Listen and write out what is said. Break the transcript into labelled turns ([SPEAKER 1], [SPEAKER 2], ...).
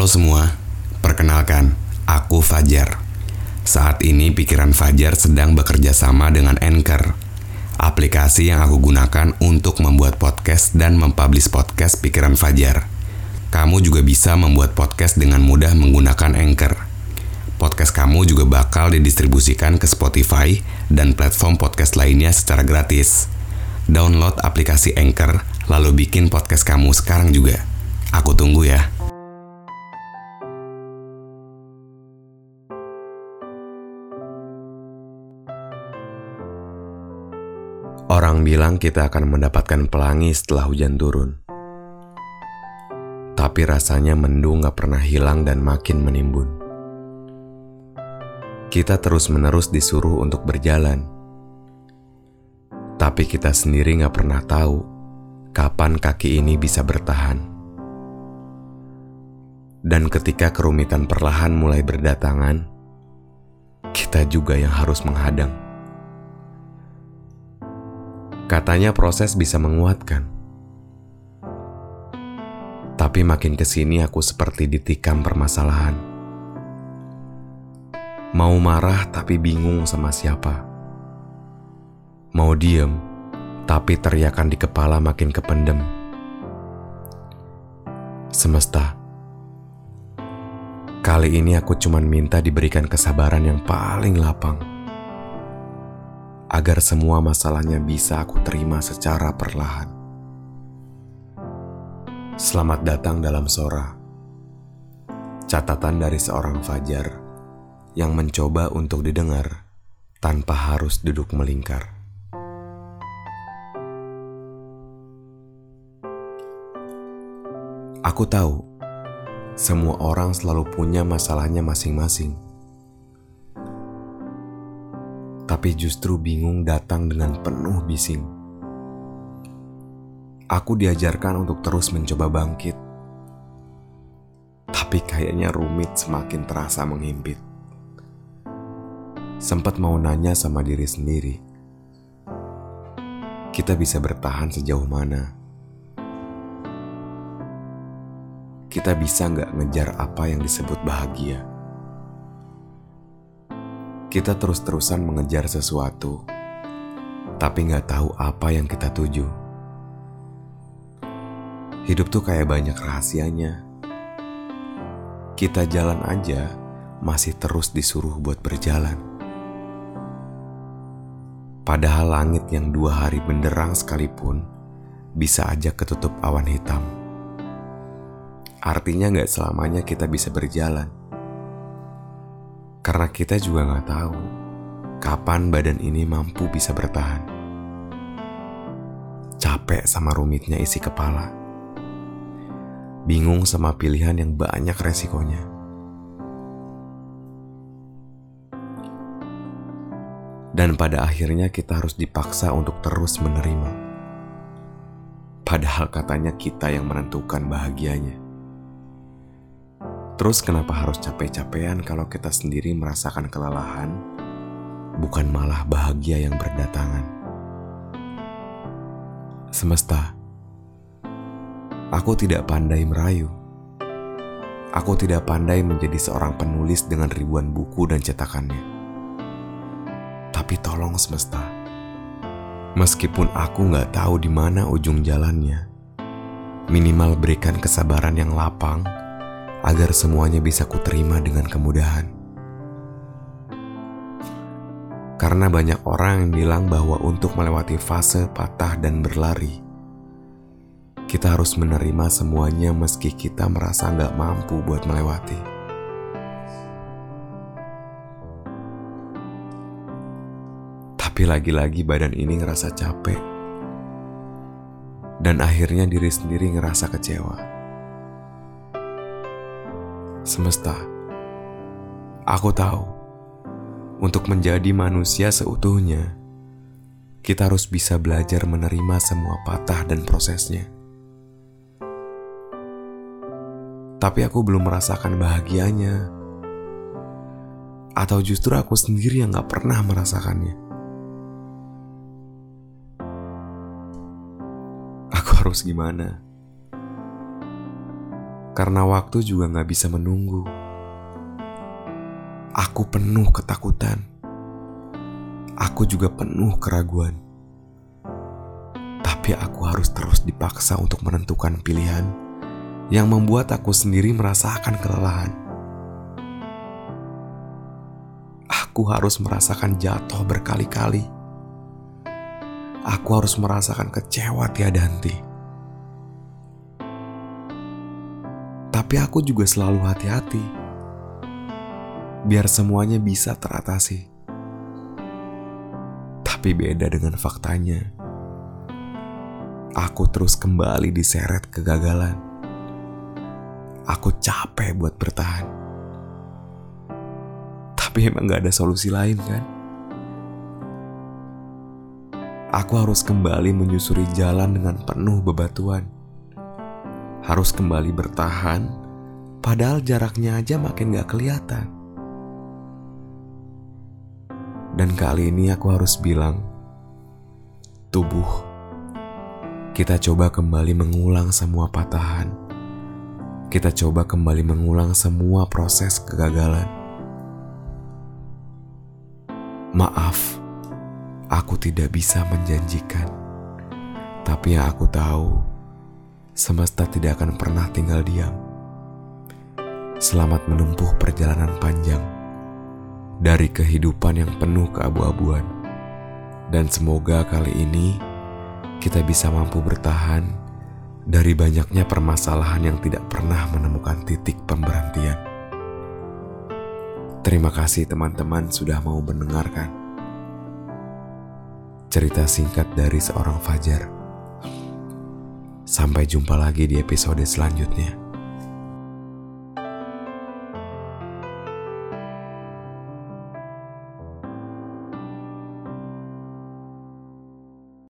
[SPEAKER 1] semua, perkenalkan, aku Fajar. Saat ini pikiran Fajar sedang bekerja sama dengan Anchor, aplikasi yang aku gunakan untuk membuat podcast dan mempublish podcast pikiran Fajar. Kamu juga bisa membuat podcast dengan mudah menggunakan Anchor. Podcast kamu juga bakal didistribusikan ke Spotify dan platform podcast lainnya secara gratis. Download aplikasi Anchor, lalu bikin podcast kamu sekarang juga. Aku tunggu ya. Orang bilang kita akan mendapatkan pelangi setelah hujan turun. Tapi rasanya mendung gak pernah hilang dan makin menimbun. Kita terus-menerus disuruh untuk berjalan. Tapi kita sendiri gak pernah tahu kapan kaki ini bisa bertahan. Dan ketika kerumitan perlahan mulai berdatangan, kita juga yang harus menghadang. Katanya proses bisa menguatkan. Tapi makin kesini aku seperti ditikam permasalahan. Mau marah tapi bingung sama siapa. Mau diem, tapi teriakan di kepala makin kependem. Semesta, kali ini aku cuman minta diberikan kesabaran yang paling lapang, agar semua masalahnya bisa aku terima secara perlahan. Selamat datang dalam Sora, catatan dari seorang Fajar yang mencoba untuk didengar tanpa harus duduk melingkar. Aku tahu, semua orang selalu punya masalahnya masing-masing. Tapi justru bingung datang dengan penuh bising. Aku diajarkan untuk terus mencoba bangkit. Tapi kayaknya rumit semakin terasa menghimpit. Sempat mau nanya sama diri sendiri, kita bisa bertahan sejauh mana? Kita bisa gak ngejar apa yang disebut bahagia? Kita terus-terusan mengejar sesuatu, tapi gak tahu apa yang kita tuju. Hidup tuh kayak banyak rahasianya. Kita jalan aja, masih terus disuruh buat berjalan. Padahal langit yang 2 hari benderang sekalipun bisa aja ketutup awan hitam. Artinya gak selamanya kita bisa berjalan. Karena kita juga gak tahu kapan badan ini mampu bisa bertahan. Capek sama rumitnya isi kepala. Bingung sama pilihan yang banyak resikonya. Dan pada akhirnya kita harus dipaksa untuk terus menerima. Padahal katanya kita yang menentukan bahagianya. Terus kenapa harus capek-capean kalau kita sendiri merasakan kelelahan, bukan malah bahagia yang berdatangan? Semesta, aku tidak pandai merayu. Aku tidak pandai menjadi seorang penulis dengan ribuan buku dan cetakannya. Tapi tolong semesta, meskipun aku gak tahu di mana ujung jalannya, minimal berikan kesabaran yang lapang, agar semuanya bisa kuterima dengan kemudahan. Karena banyak orang yang bilang bahwa untuk melewati fase patah dan berlari, kita harus menerima semuanya meski kita merasa gak mampu buat melewati. Tapi lagi-lagi badan ini ngerasa capek, dan akhirnya diri sendiri ngerasa kecewa. Semesta, aku tahu, untuk menjadi manusia seutuhnya, kita harus bisa belajar menerima semua patah dan prosesnya. Tapi aku belum merasakan bahagianya. Atau justru aku sendiri yang gak pernah merasakannya. Aku harus gimana? Karena waktu juga gak bisa menunggu. Aku penuh ketakutan. Aku juga penuh keraguan. Tapi aku harus terus dipaksa untuk menentukan pilihan yang membuat aku sendiri merasakan kelelahan. Aku harus merasakan jatuh berkali-kali. Aku harus merasakan kecewa tiada henti. Tapi aku juga selalu hati-hati, biar semuanya bisa teratasi. Tapi beda dengan faktanya. Aku terus kembali diseret kegagalan. Aku capek buat bertahan. Tapi emang gak ada solusi lain kan? Aku harus kembali menyusuri jalan dengan penuh bebatuan. Harus kembali bertahan, padahal jaraknya aja makin gak kelihatan. Dan kali ini aku harus bilang, tubuh, kita coba kembali mengulang semua patahan. Kita coba kembali mengulang semua proses kegagalan. Maaf, aku tidak bisa menjanjikan. Tapi yang aku tahu, semesta tidak akan pernah tinggal diam. Selamat menempuh perjalanan panjang dari kehidupan yang penuh keabu-abuan. Dan semoga kali ini kita bisa mampu bertahan dari banyaknya permasalahan yang tidak pernah menemukan titik pemberhentian. Terima kasih teman-teman sudah mau mendengarkan cerita singkat dari seorang Fajar. Sampai jumpa lagi di episode selanjutnya.